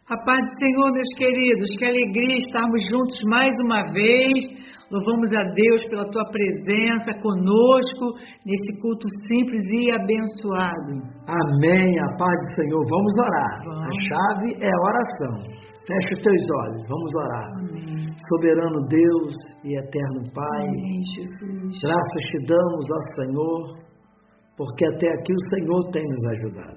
A paz do Senhor, meus queridos, que alegria estarmos juntos mais uma vez. Louvamos a Deus pela tua presença conosco nesse culto simples e abençoado. Amém, a paz do Senhor. Vamos orar. Vamos. A chave é a oração. Fecha os teus olhos, vamos orar. Amém. Soberano Deus e eterno Pai, Amém, Jesus. graças te damos, ó Senhor, porque até aqui o Senhor tem nos ajudado.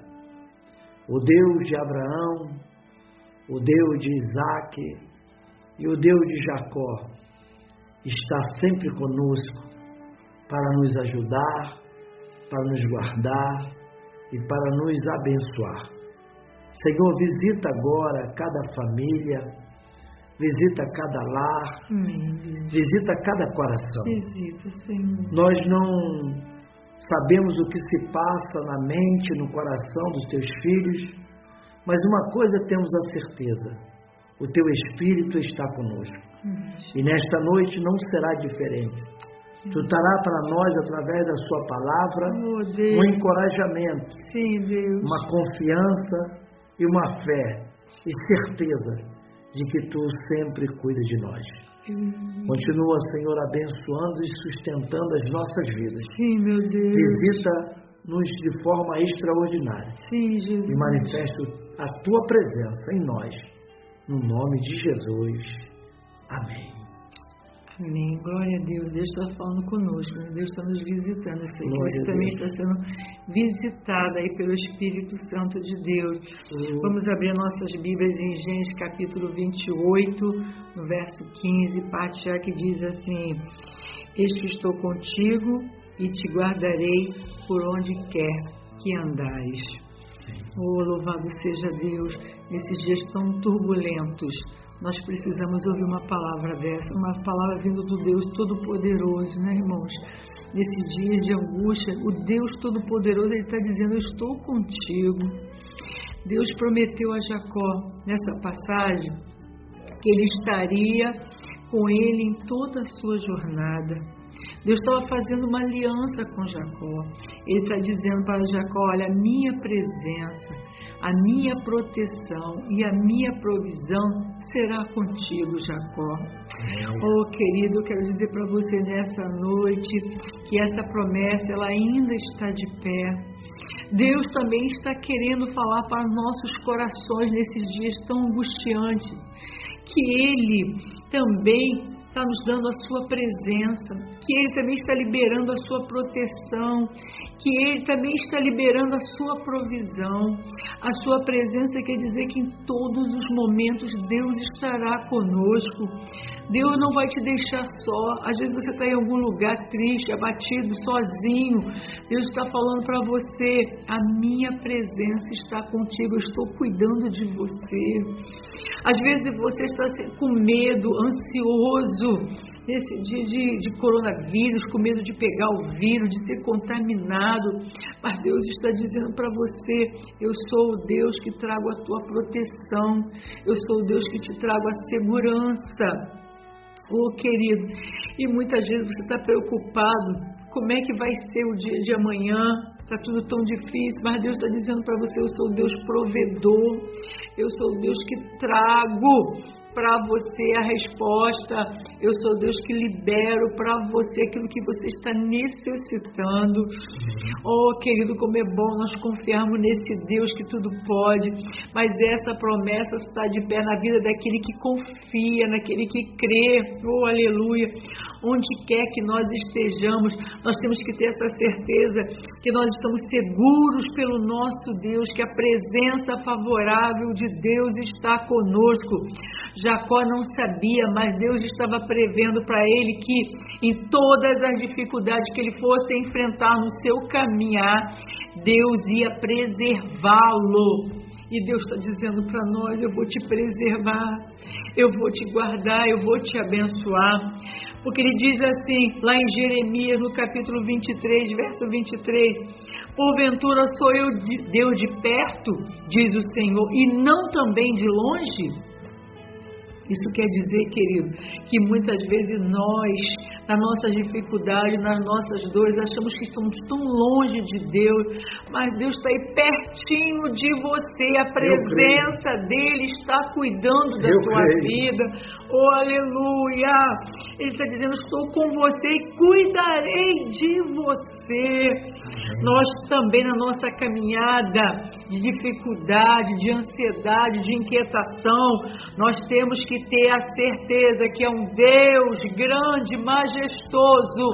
O Deus de Abraão, o Deus de Isaac e o Deus de Jacó está sempre conosco para nos ajudar, para nos guardar e para nos abençoar. Senhor, visita agora cada família, visita cada lar, visita cada coração. Visita, Senhor. Nós não sabemos o que se passa na mente, no coração dos teus filhos, mas uma coisa temos a certeza: o teu Espírito está conosco. E nesta noite não será diferente. Tu trará para nós, através da sua palavra, um encorajamento, Sim, Deus. uma confiança e uma fé e certeza de que tu sempre cuida de nós. Continua, Senhor, abençoando e sustentando as nossas vidas. Sim, meu Deus. Visita-nos de forma extraordinária. Sim, Jesus. E manifesta a tua presença em nós, no nome de Jesus. Amém. Amém. Glória a Deus. Deus está falando conosco, né? Deus está nos visitando. Essa Glória igreja a também Deus. está sendo visitada aí pelo Espírito Santo de Deus. Vamos abrir nossas Bíblias em Gênesis capítulo 28, no verso 15, parte A, que diz assim: Eis que estou contigo e te guardarei por onde quer que andares. Oh, louvado seja Deus. Nesses dias tão turbulentos, nós precisamos ouvir uma palavra dessa, uma palavra vindo do Deus Todo-Poderoso, né, irmãos? Nesses dias de angústia, o Deus Todo-Poderoso, Ele está dizendo: eu estou contigo. Deus prometeu a Jacó, nessa passagem, que Ele estaria com ele em toda a sua jornada. Deus estava fazendo uma aliança com Jacó. Ele está dizendo para Jacó: olha, a minha presença, a minha proteção e a minha provisão será contigo, Jacó. Oh, querido, eu quero dizer para você nessa noite que essa promessa, ela ainda está de pé. Deus também está querendo falar para nossos corações nesses dias tão angustiantes, que Ele também está nos dando a sua presença, que Ele também está liberando a sua proteção, que Ele também está liberando a sua provisão. A sua presença quer dizer que em todos os momentos Deus estará conosco. Deus não vai te deixar só. Às vezes você está em algum lugar triste, abatido, sozinho. Deus está falando para você: a minha presença está contigo, eu estou cuidando de você. Às vezes você está com medo, ansioso, nesse dia de coronavírus, com medo de pegar o vírus, de ser contaminado. Mas Deus está dizendo para você: eu sou o Deus que trago a tua proteção, eu sou o Deus que te trago a segurança. Oh, querido, e muitas vezes você está preocupado, como é que vai ser o dia de amanhã? Está tudo tão difícil, mas Deus está dizendo para você: eu sou o Deus provedor, eu sou o Deus que trago para você a resposta, eu sou o Deus que libero para você aquilo que você está necessitando. Oh, querido, como é bom nós confiarmos nesse Deus que tudo pode, mas essa promessa está de pé na vida daquele que confia, naquele que crê. Oh, aleluia! Onde quer que nós estejamos, nós temos que ter essa certeza que nós estamos seguros pelo nosso Deus, que a presença favorável de Deus está conosco. Jacó não sabia, mas Deus estava prevendo para ele que em todas as dificuldades que ele fosse enfrentar no seu caminhar, Deus ia preservá-lo. E Deus está dizendo para nós: eu vou te preservar, eu vou te guardar, eu vou te abençoar. Porque Ele diz assim, lá em Jeremias, no capítulo 23, verso 23, porventura sou eu Deus de perto, diz o Senhor, e não também de longe? Isso quer dizer, querido, que muitas vezes nós nas nossas dificuldades, nas nossas dores, achamos que estamos tão longe de Deus, mas Deus está aí pertinho de você, a presença dEle está cuidando da tua vida. Oh, aleluia! Ele está dizendo, estou com você e cuidarei de você. Nós também na nossa caminhada de dificuldade, de ansiedade, de inquietação, nós temos que ter a certeza que é um Deus grande, majestoso,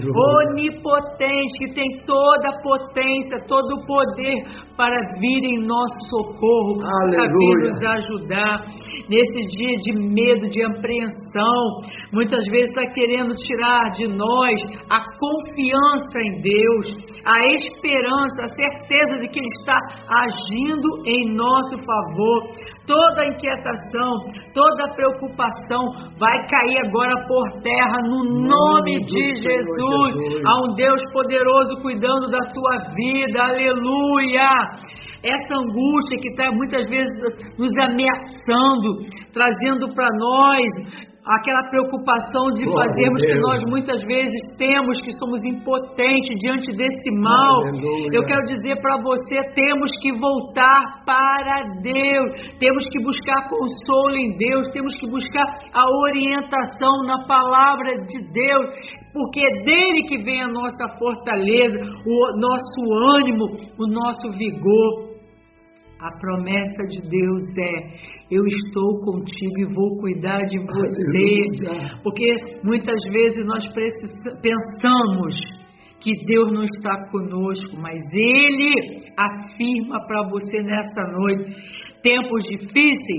onipotente, que tem toda a potência, todo o poder para vir em nosso socorro, para vir nos ajudar. Nesse dia de medo, de apreensão, muitas vezes está querendo tirar de nós a confiança em Deus, a esperança, a certeza de que Ele está agindo em nosso favor. Toda a inquietação, toda a preocupação vai cair agora por terra no nome de Jesus. Há um Deus poderoso cuidando da tua vida, aleluia. Essa angústia que está muitas vezes nos ameaçando, trazendo para nós aquela preocupação de fazermos que nós muitas vezes temos, que somos impotentes diante desse mal. Eu quero dizer para você, temos que voltar para Deus, temos que buscar consolo em Deus, temos que buscar a orientação na palavra de Deus, porque é dele que vem a nossa fortaleza, o nosso ânimo, o nosso vigor. A promessa de Deus é: eu estou contigo e vou cuidar de você. Porque muitas vezes nós pensamos que Deus não está conosco, mas Ele afirma para você nessa noite: tempos difíceis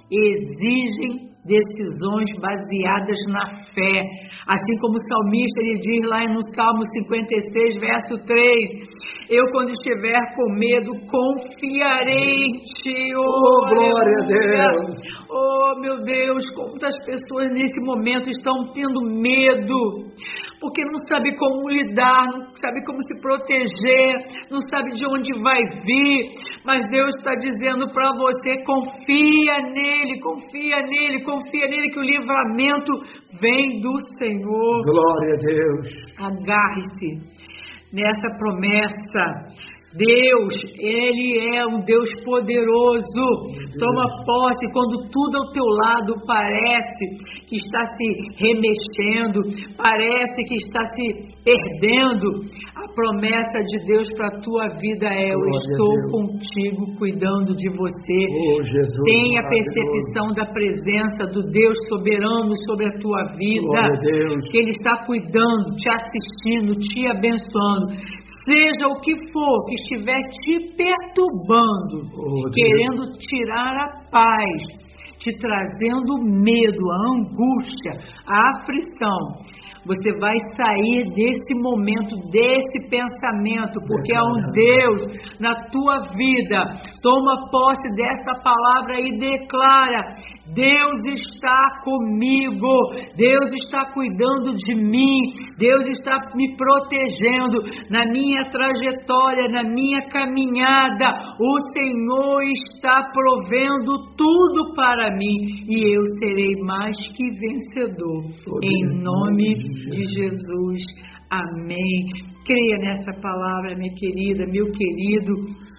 exigem decisões baseadas na fé. Assim como o salmista ele diz lá no Salmo 56, verso 3: eu quando estiver com medo confiarei em Ti. Oh, glória a Deus! Oh, meu Deus, quantas pessoas nesse momento estão tendo medo, porque não sabe como lidar, não sabe como se proteger, não sabe de onde vai vir, mas Deus está dizendo para você: confia nele, confia nele, confia nele, que o livramento vem do Senhor. Glória a Deus! Agarre-se nessa promessa. Deus, Ele é um Deus poderoso. Toma posse quando tudo ao teu lado parece que está se remexendo, parece que está se perdendo. A promessa de Deus para a tua vida é: eu estou contigo, cuidando de você. Tenha a percepção da presença do Deus soberano sobre a tua vida, que Ele está cuidando, te assistindo, te abençoando. Seja o que for que estiver te perturbando, querendo tirar a paz, te trazendo medo, a angústia, a aflição, você vai sair desse momento, desse pensamento, porque há um Deus na tua vida. Toma posse dessa palavra e declara: Deus está comigo, Deus está cuidando de mim, Deus está me protegendo na minha trajetória, na minha caminhada. O Senhor está provendo tudo para mim e eu serei mais que vencedor. Em nome de Jesus. Amém. Creia nessa palavra, minha querida, meu querido.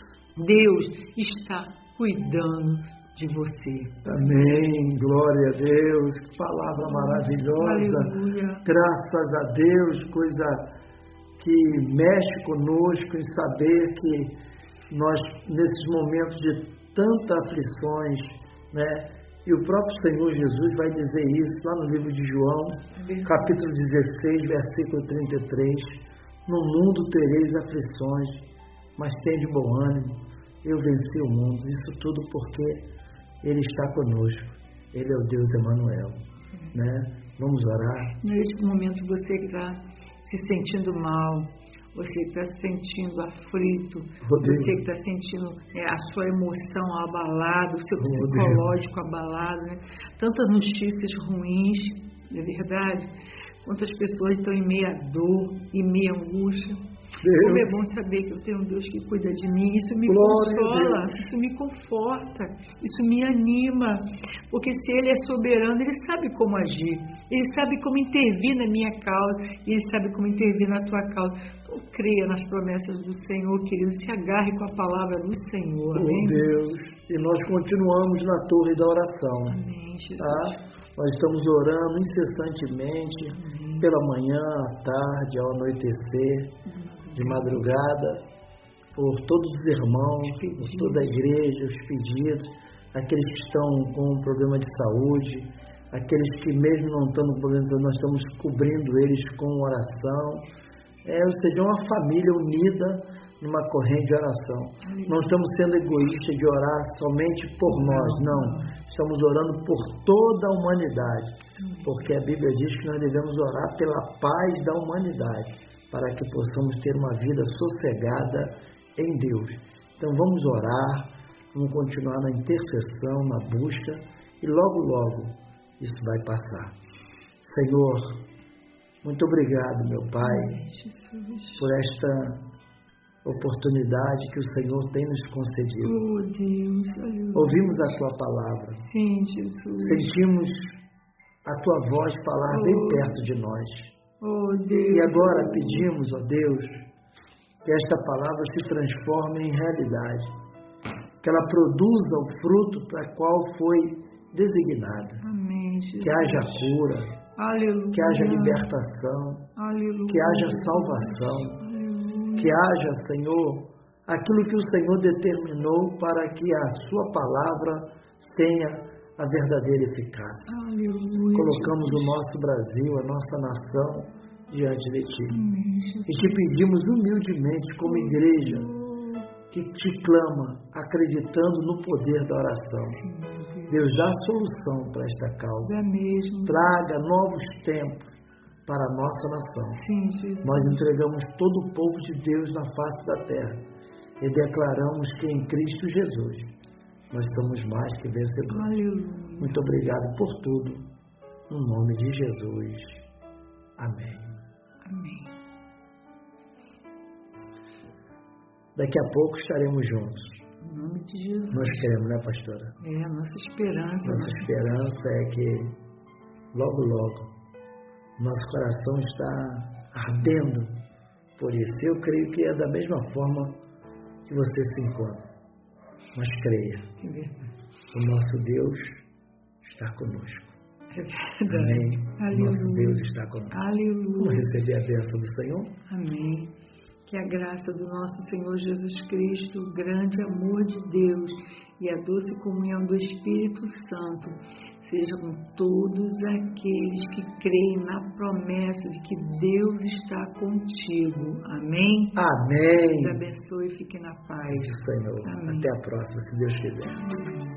Deus está cuidando de você. Amém. Glória a Deus. Que palavra maravilhosa. Aleluia. Graças a Deus. Coisa que mexe conosco em saber que nós, nesses momentos de tantas aflições, né? E o próprio Senhor Jesus vai dizer isso lá no livro de João, capítulo 16, versículo 33. No mundo tereis aflições, mas tende bom ânimo, eu venci o mundo. Isso tudo porque Ele está conosco. Ele é o Deus Emanuel, né? Vamos orar. Neste momento você que está se sentindo mal, você que está se sentindo aflito, você que está sentindo a sua emoção abalada, o seu psicológico abalado, né? Tantas notícias ruins, não é verdade? Quantas pessoas estão em meia dor, em meia angústia. Como é bom saber que eu tenho um Deus que cuida de mim. Isso me consola, isso me conforta, isso me anima. Porque se Ele é soberano, Ele sabe como agir. Ele sabe como intervir na minha causa. E Ele sabe como intervir na tua causa. Então creia nas promessas do Senhor, querido. Se agarre com a palavra do Senhor. Amém? Deus. E nós continuamos na torre da oração. Amém, Jesus. Tá? Nós estamos orando incessantemente, pela manhã, à tarde, ao anoitecer, de madrugada, por todos os irmãos, por toda a igreja, os pedidos, aqueles que estão com problema de saúde, aqueles que mesmo não estão com problema de saúde, nós estamos cobrindo eles com oração. Ou seja, uma família unida numa corrente de oração. Não estamos sendo egoístas de orar somente por nós, não. Estamos orando por toda a humanidade, porque a Bíblia diz que nós devemos orar pela paz da humanidade, para que possamos ter uma vida sossegada em Deus. Então vamos orar, vamos continuar na intercessão, na busca, e logo, logo isso vai passar. Senhor, muito obrigado, meu Pai, por esta oportunidade que o Senhor tem nos concedido. Oh, Deus, aleluia. Ouvimos a Tua palavra. Sim, Jesus. Sentimos a Tua voz falar bem perto de nós. Oh, Deus. E agora pedimos, ó Deus, que esta palavra se transforme em realidade, que ela produza o fruto para qual foi designada. Amém, Jesus. Que haja cura, aleluia, que haja libertação, aleluia, que haja salvação, aleluia, que haja, Senhor, aquilo que o Senhor determinou para que a sua palavra tenha a verdadeira eficácia. Aleluia, colocamos Jesus. o nosso Brasil, a nossa nação diante de Ti. Amém, E te pedimos humildemente, como igreja, que te clama, acreditando no poder da oração. Sim, Deus, dá solução para esta causa. é mesmo. Traga novos tempos para a nossa nação. Sim, Jesus. Nós entregamos todo o povo de Deus na face da terra e declaramos que em Cristo Jesus nós somos mais que vencedores. Aleluia. Muito obrigado por tudo. No nome de Jesus. Amém. Amém. Daqui a pouco estaremos juntos. Em nome de Jesus. Nós queremos, né, pastora? É a nossa esperança. Nossa esperança é que logo, logo, nosso coração está ardendo por isso. Eu creio que é da mesma forma que você se encontra. Mas creia, É verdade. o nosso Deus está conosco. É verdade. Amém. Aleluia. Nosso Deus está conosco. Aleluia. Vamos receber a bênção do Senhor? Amém. Que a graça do nosso Senhor Jesus Cristo, o grande amor de Deus e a doce comunhão do Espírito Santo seja com todos aqueles que creem na promessa de que Deus está contigo. Amém? Amém. Deus abençoe e fique na paz. Senhor. Amém. Até a próxima, se Deus quiser. Amém.